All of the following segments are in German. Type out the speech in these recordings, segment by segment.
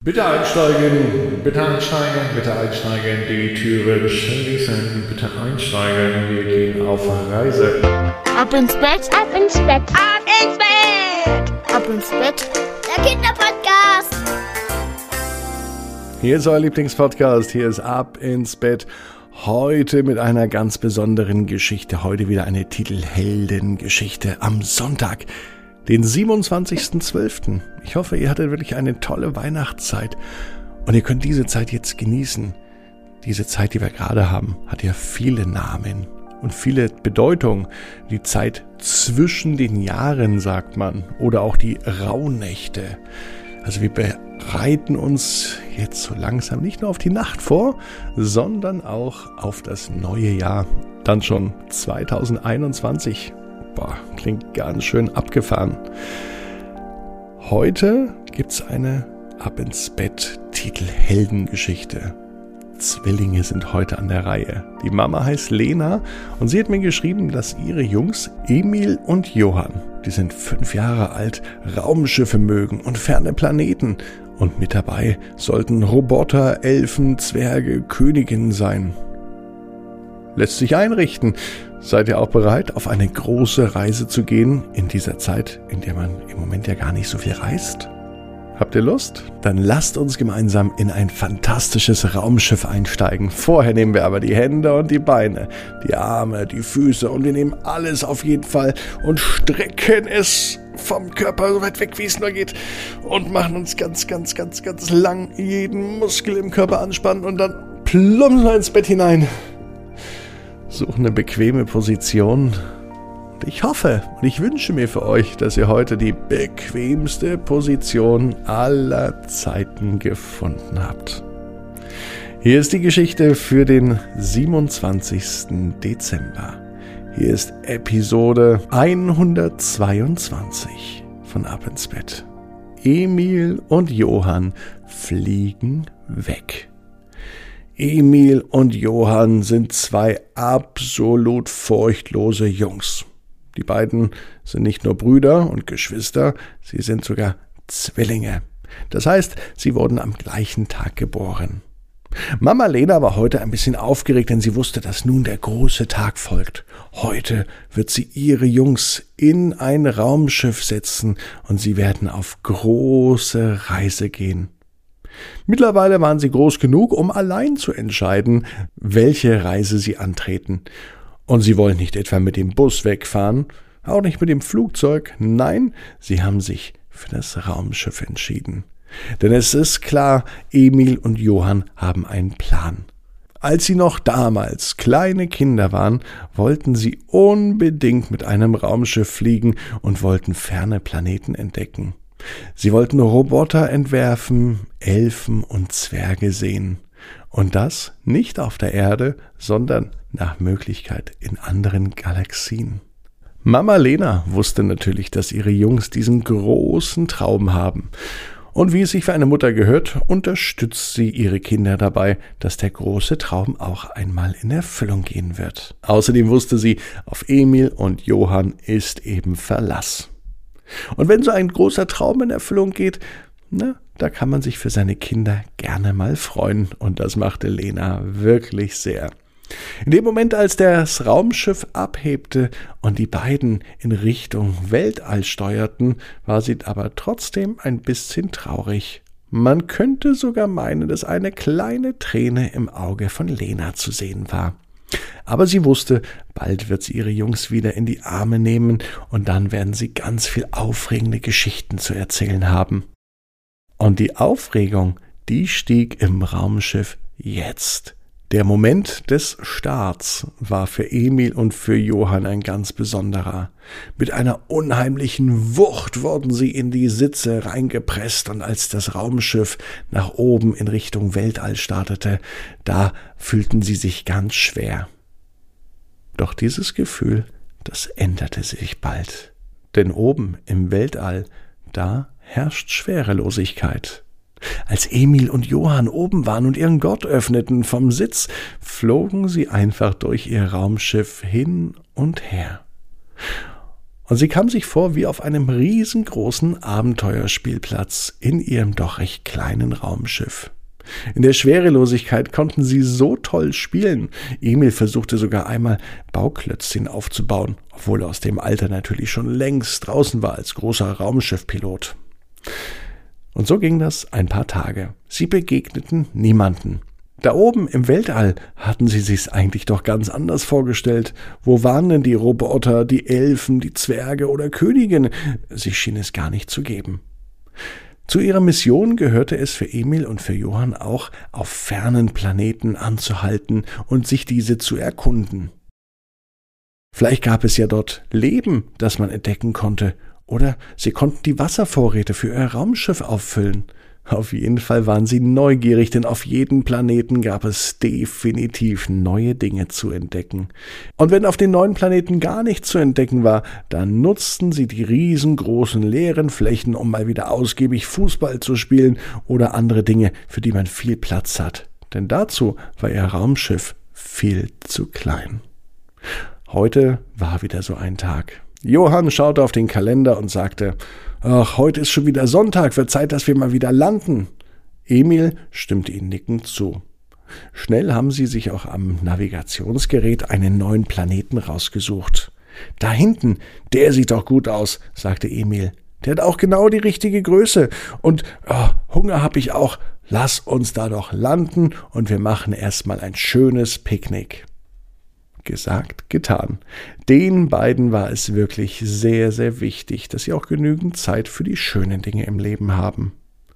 Bitte einsteigen, bitte einsteigen, bitte einsteigen, die Türen schließen, bitte einsteigen, wir gehen auf Reise. Ab ins Bett, ab ins Bett, ab ins Bett, ab ins Bett, der Kinderpodcast. Hier ist euer Lieblingspodcast, hier ist Ab ins Bett. Heute mit einer ganz besonderen Geschichte, heute wieder eine Titelheldengeschichte am Sonntag, den 27.12. Ich hoffe, ihr hattet wirklich eine tolle Weihnachtszeit und ihr könnt diese Zeit jetzt genießen. Diese Zeit, die wir gerade haben, hat ja viele Namen und viele Bedeutungen. Die Zeit zwischen den Jahren, sagt man, oder auch die Rauhnächte. Also wir bereiten uns jetzt so langsam nicht nur auf die Nacht vor, sondern auch auf das neue Jahr. Dann schon 2021. Klingt ganz schön abgefahren. Heute gibt's eine Ab ins Bett Titelheldengeschichte. Zwillinge sind heute an der Reihe. Die Mama heißt Lena und sie hat mir geschrieben, dass ihre Jungs Emil und Johann, die sind 5 Jahre alt, Raumschiffe mögen und ferne Planeten. Und mit dabei sollten Roboter, Elfen, Zwerge, Königinnen sein. Lässt sich einrichten. Seid ihr auch bereit, auf eine große Reise zu gehen in dieser Zeit, in der man im Moment ja gar nicht so viel reist? Habt ihr Lust? Dann lasst uns gemeinsam in ein fantastisches Raumschiff einsteigen. Vorher nehmen wir aber die Hände und die Beine, die Arme, die Füße und wir nehmen alles auf jeden Fall und strecken es vom Körper so weit weg, wie es nur geht und machen uns ganz lang jeden Muskel im Körper anspannen und dann plumpsen wir ins Bett hinein. Such eine bequeme Position. Ich hoffe und ich wünsche mir für euch, dass ihr heute die bequemste Position aller Zeiten gefunden habt. Hier ist die Geschichte für den 27. Dezember. Hier ist Episode 122 von Ab ins Bett. Emil und Johann fliegen weg. Emil und Johann sind 2 absolut furchtlose Jungs. Die beiden sind nicht nur Brüder und Geschwister, sie sind sogar Zwillinge. Das heißt, sie wurden am gleichen Tag geboren. Mama Lena war heute ein bisschen aufgeregt, denn sie wusste, dass nun der große Tag folgt. Heute wird sie ihre Jungs in ein Raumschiff setzen und sie werden auf große Reise gehen. Mittlerweile waren sie groß genug, um allein zu entscheiden, welche Reise sie antreten. Und sie wollen nicht etwa mit dem Bus wegfahren, auch nicht mit dem Flugzeug. Nein, sie haben sich für das Raumschiff entschieden. Denn es ist klar, Emil und Johann haben einen Plan. Als sie noch damals kleine Kinder waren, wollten sie unbedingt mit einem Raumschiff fliegen und wollten ferne Planeten entdecken. Sie wollten Roboter entwerfen, Elfen und Zwerge sehen. Und das nicht auf der Erde, sondern nach Möglichkeit in anderen Galaxien. Mama Lena wusste natürlich, dass ihre Jungs diesen großen Traum haben. Und wie es sich für eine Mutter gehört, unterstützt sie ihre Kinder dabei, dass der große Traum auch einmal in Erfüllung gehen wird. Außerdem wusste sie, auf Emil und Johann ist eben Verlass. Und wenn so ein großer Traum in Erfüllung geht, da kann man sich für seine Kinder gerne mal freuen. Und das machte Lena wirklich sehr. In dem Moment, als das Raumschiff abhebte und die beiden in Richtung Weltall steuerten, war sie aber trotzdem ein bisschen traurig. Man könnte sogar meinen, dass eine kleine Träne im Auge von Lena zu sehen war. Aber sie wusste, bald wird sie ihre Jungs wieder in die Arme nehmen und dann werden sie ganz viel aufregende Geschichten zu erzählen haben. Und die Aufregung, die stieg im Raumschiff jetzt. Der Moment des Starts war für Emil und für Johann ein ganz besonderer. Mit einer unheimlichen Wucht wurden sie in die Sitze reingepresst und als das Raumschiff nach oben in Richtung Weltall startete, da fühlten sie sich ganz schwer. Doch dieses Gefühl, das änderte sich bald. Denn oben im Weltall, da herrscht Schwerelosigkeit. Als Emil und Johann oben waren und ihren Gurt öffneten vom Sitz, flogen sie einfach durch ihr Raumschiff hin und her. Und sie kam sich vor wie auf einem riesengroßen Abenteuerspielplatz in ihrem doch recht kleinen Raumschiff. In der Schwerelosigkeit konnten sie so toll spielen. Emil versuchte sogar einmal Bauklötzchen aufzubauen, obwohl er aus dem Alter natürlich schon längst draußen war als großer Raumschiffpilot. Und so ging das ein paar Tage. Sie begegneten niemanden. Da oben im Weltall hatten sie sich's eigentlich doch ganz anders vorgestellt. Wo waren denn die Roboter, die Elfen, die Zwerge oder Königinnen? Sie schien es gar nicht zu geben. Zu ihrer Mission gehörte es für Emil und für Johann auch, auf fernen Planeten anzuhalten und sich diese zu erkunden. Vielleicht gab es ja dort Leben, das man entdecken konnte, oder sie konnten die Wasservorräte für ihr Raumschiff auffüllen. Auf jeden Fall waren sie neugierig, denn auf jedem Planeten gab es definitiv neue Dinge zu entdecken. Und wenn auf den neuen Planeten gar nichts zu entdecken war, dann nutzten sie die riesengroßen leeren Flächen, um mal wieder ausgiebig Fußball zu spielen oder andere Dinge, für die man viel Platz hat. Denn dazu war ihr Raumschiff viel zu klein. Heute war wieder so ein Tag. Johann schaute auf den Kalender und sagte: »Ach, heute ist schon wieder Sonntag, wird Zeit, dass wir mal wieder landen.« Emil stimmte ihm nickend zu. Schnell haben sie sich auch am Navigationsgerät einen neuen Planeten rausgesucht. »Da hinten, der sieht doch gut aus«, sagte Emil. »Der hat auch genau die richtige Größe. Und Hunger hab ich auch. Lass uns da doch landen und wir machen erstmal ein schönes Picknick.« Gesagt, getan. Den beiden war es wirklich sehr, sehr wichtig, dass sie auch genügend Zeit für die schönen Dinge im Leben haben.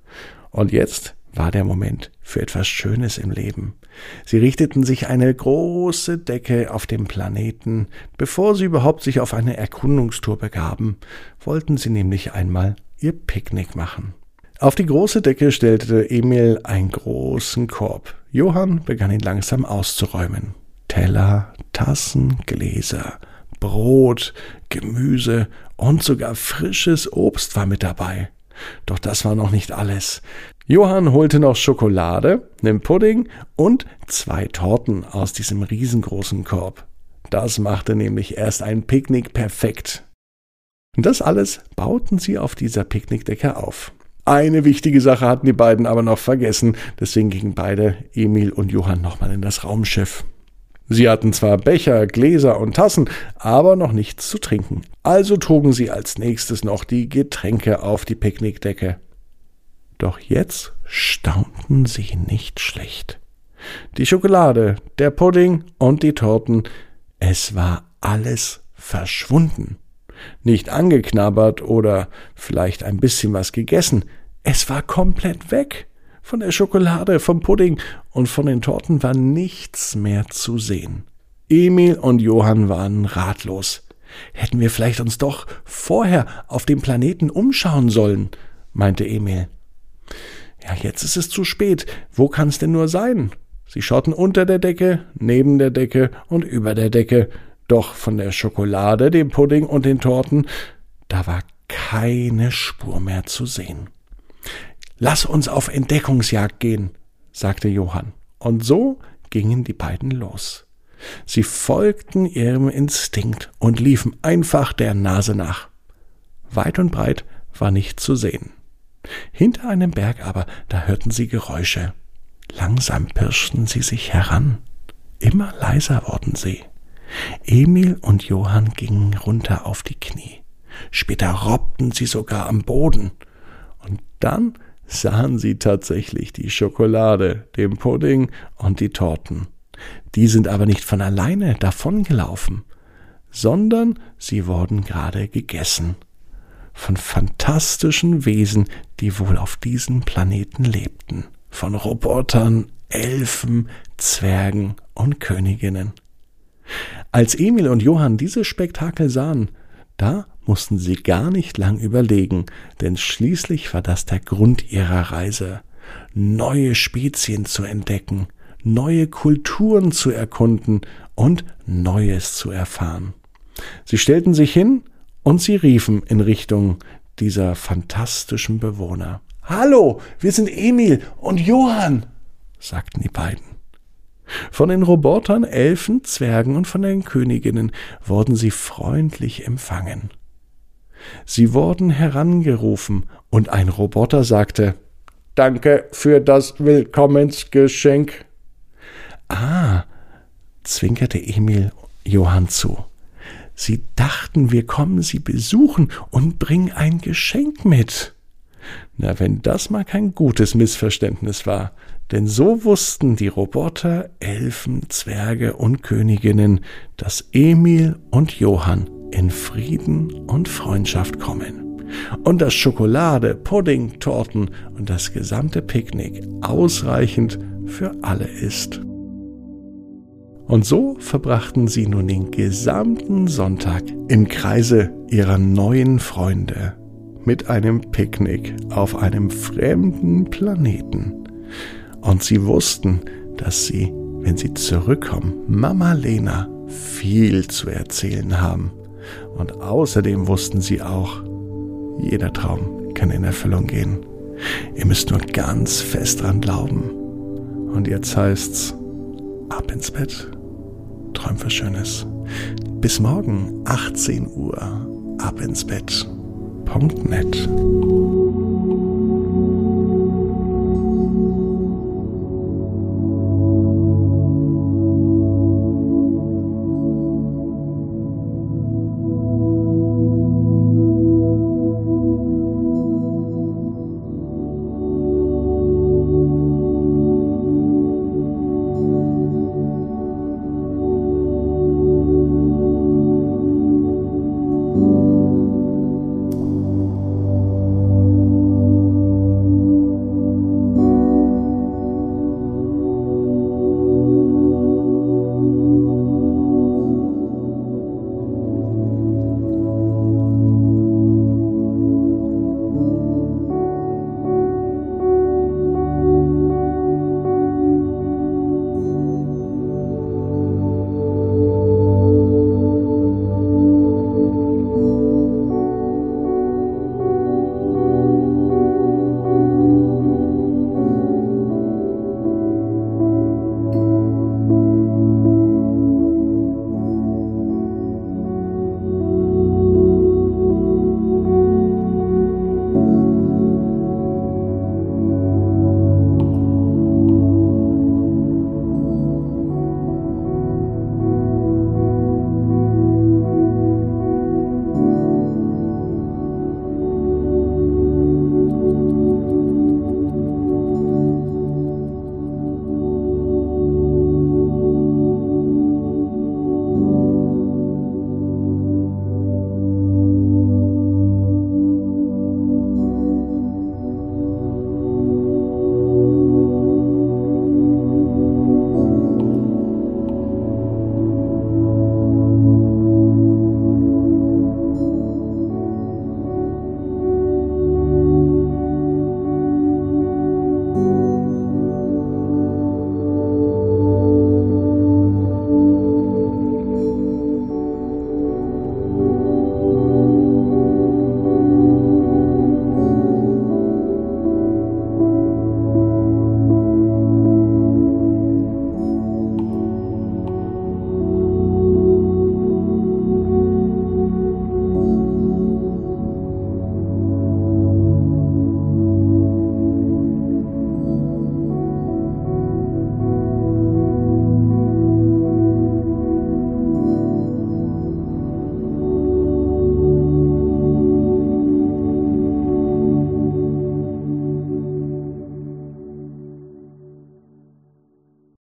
Und jetzt war der Moment für etwas Schönes im Leben. Sie richteten sich eine große Decke auf dem Planeten. Bevor sie überhaupt sich auf eine Erkundungstour begaben, wollten sie nämlich einmal ihr Picknick machen. Auf die große Decke stellte Emil einen großen Korb. Johann begann ihn langsam auszuräumen. Teller, Tassen, Gläser, Brot, Gemüse und sogar frisches Obst war mit dabei. Doch das war noch nicht alles. Johann holte noch Schokolade, einen Pudding und 2 Torten aus diesem riesengroßen Korb. Das machte nämlich erst ein Picknick perfekt. Und das alles bauten sie auf dieser Picknickdecke auf. Eine wichtige Sache hatten die beiden aber noch vergessen, deswegen gingen beide, Emil und Johann, nochmal in das Raumschiff. Sie hatten zwar Becher, Gläser und Tassen, aber noch nichts zu trinken. Also trugen sie als nächstes noch die Getränke auf die Picknickdecke. Doch jetzt staunten sie nicht schlecht. Die Schokolade, der Pudding und die Torten, es war alles verschwunden. Nicht angeknabbert oder vielleicht ein bisschen was gegessen, es war komplett weg. Von der Schokolade, vom Pudding und von den Torten war nichts mehr zu sehen. Emil und Johann waren ratlos. »Hätten wir vielleicht uns doch vorher auf dem Planeten umschauen sollen«, meinte Emil. »Ja, jetzt ist es zu spät. Wo kann es denn nur sein?« Sie schauten unter der Decke, neben der Decke und über der Decke. Doch von der Schokolade, dem Pudding und den Torten, da war keine Spur mehr zu sehen. »Lass uns auf Entdeckungsjagd gehen«, sagte Johann. Und so gingen die beiden los. Sie folgten ihrem Instinkt und liefen einfach der Nase nach. Weit und breit war nichts zu sehen. Hinter einem Berg aber, da hörten sie Geräusche. Langsam pirschten sie sich heran. Immer leiser wurden sie. Emil und Johann gingen runter auf die Knie. Später robbten sie sogar am Boden. Und dann sahen sie tatsächlich die Schokolade, den Pudding und die Torten. Die sind aber nicht von alleine davongelaufen, sondern sie wurden gerade gegessen. Von fantastischen Wesen, die wohl auf diesem Planeten lebten. Von Robotern, Elfen, Zwergen und Königinnen. Als Emil und Johann dieses Spektakel sahen, da mussten sie gar nicht lang überlegen, denn schließlich war das der Grund ihrer Reise. Neue Spezien zu entdecken, neue Kulturen zu erkunden und Neues zu erfahren. Sie stellten sich hin und sie riefen in Richtung dieser fantastischen Bewohner. »Hallo, wir sind Emil und Johann«, sagten die beiden. Von den Robotern, Elfen, Zwergen und von den Königinnen wurden sie freundlich empfangen. Sie wurden herangerufen und ein Roboter sagte: »Danke für das Willkommensgeschenk.« »Ah«, zwinkerte Emil Johann zu. »Sie dachten, wir kommen Sie besuchen und bringen ein Geschenk mit.« Na, wenn das mal kein gutes Missverständnis war, denn so wussten die Roboter, Elfen, Zwerge und Königinnen, dass Emil und Johann in Frieden und Freundschaft kommen und dass Schokolade, Pudding, Torten und das gesamte Picknick ausreichend für alle ist. Und so verbrachten sie nun den gesamten Sonntag im Kreise ihrer neuen Freunde mit einem Picknick auf einem fremden Planeten. Und sie wussten, dass sie, wenn sie zurückkommen, Mama Lena viel zu erzählen haben. Und außerdem wussten sie auch, jeder Traum kann in Erfüllung gehen. Ihr müsst nur ganz fest dran glauben. Und jetzt heißt's, ab ins Bett, träumt was Schönes. Bis morgen, 18 Uhr, abinsbett.net.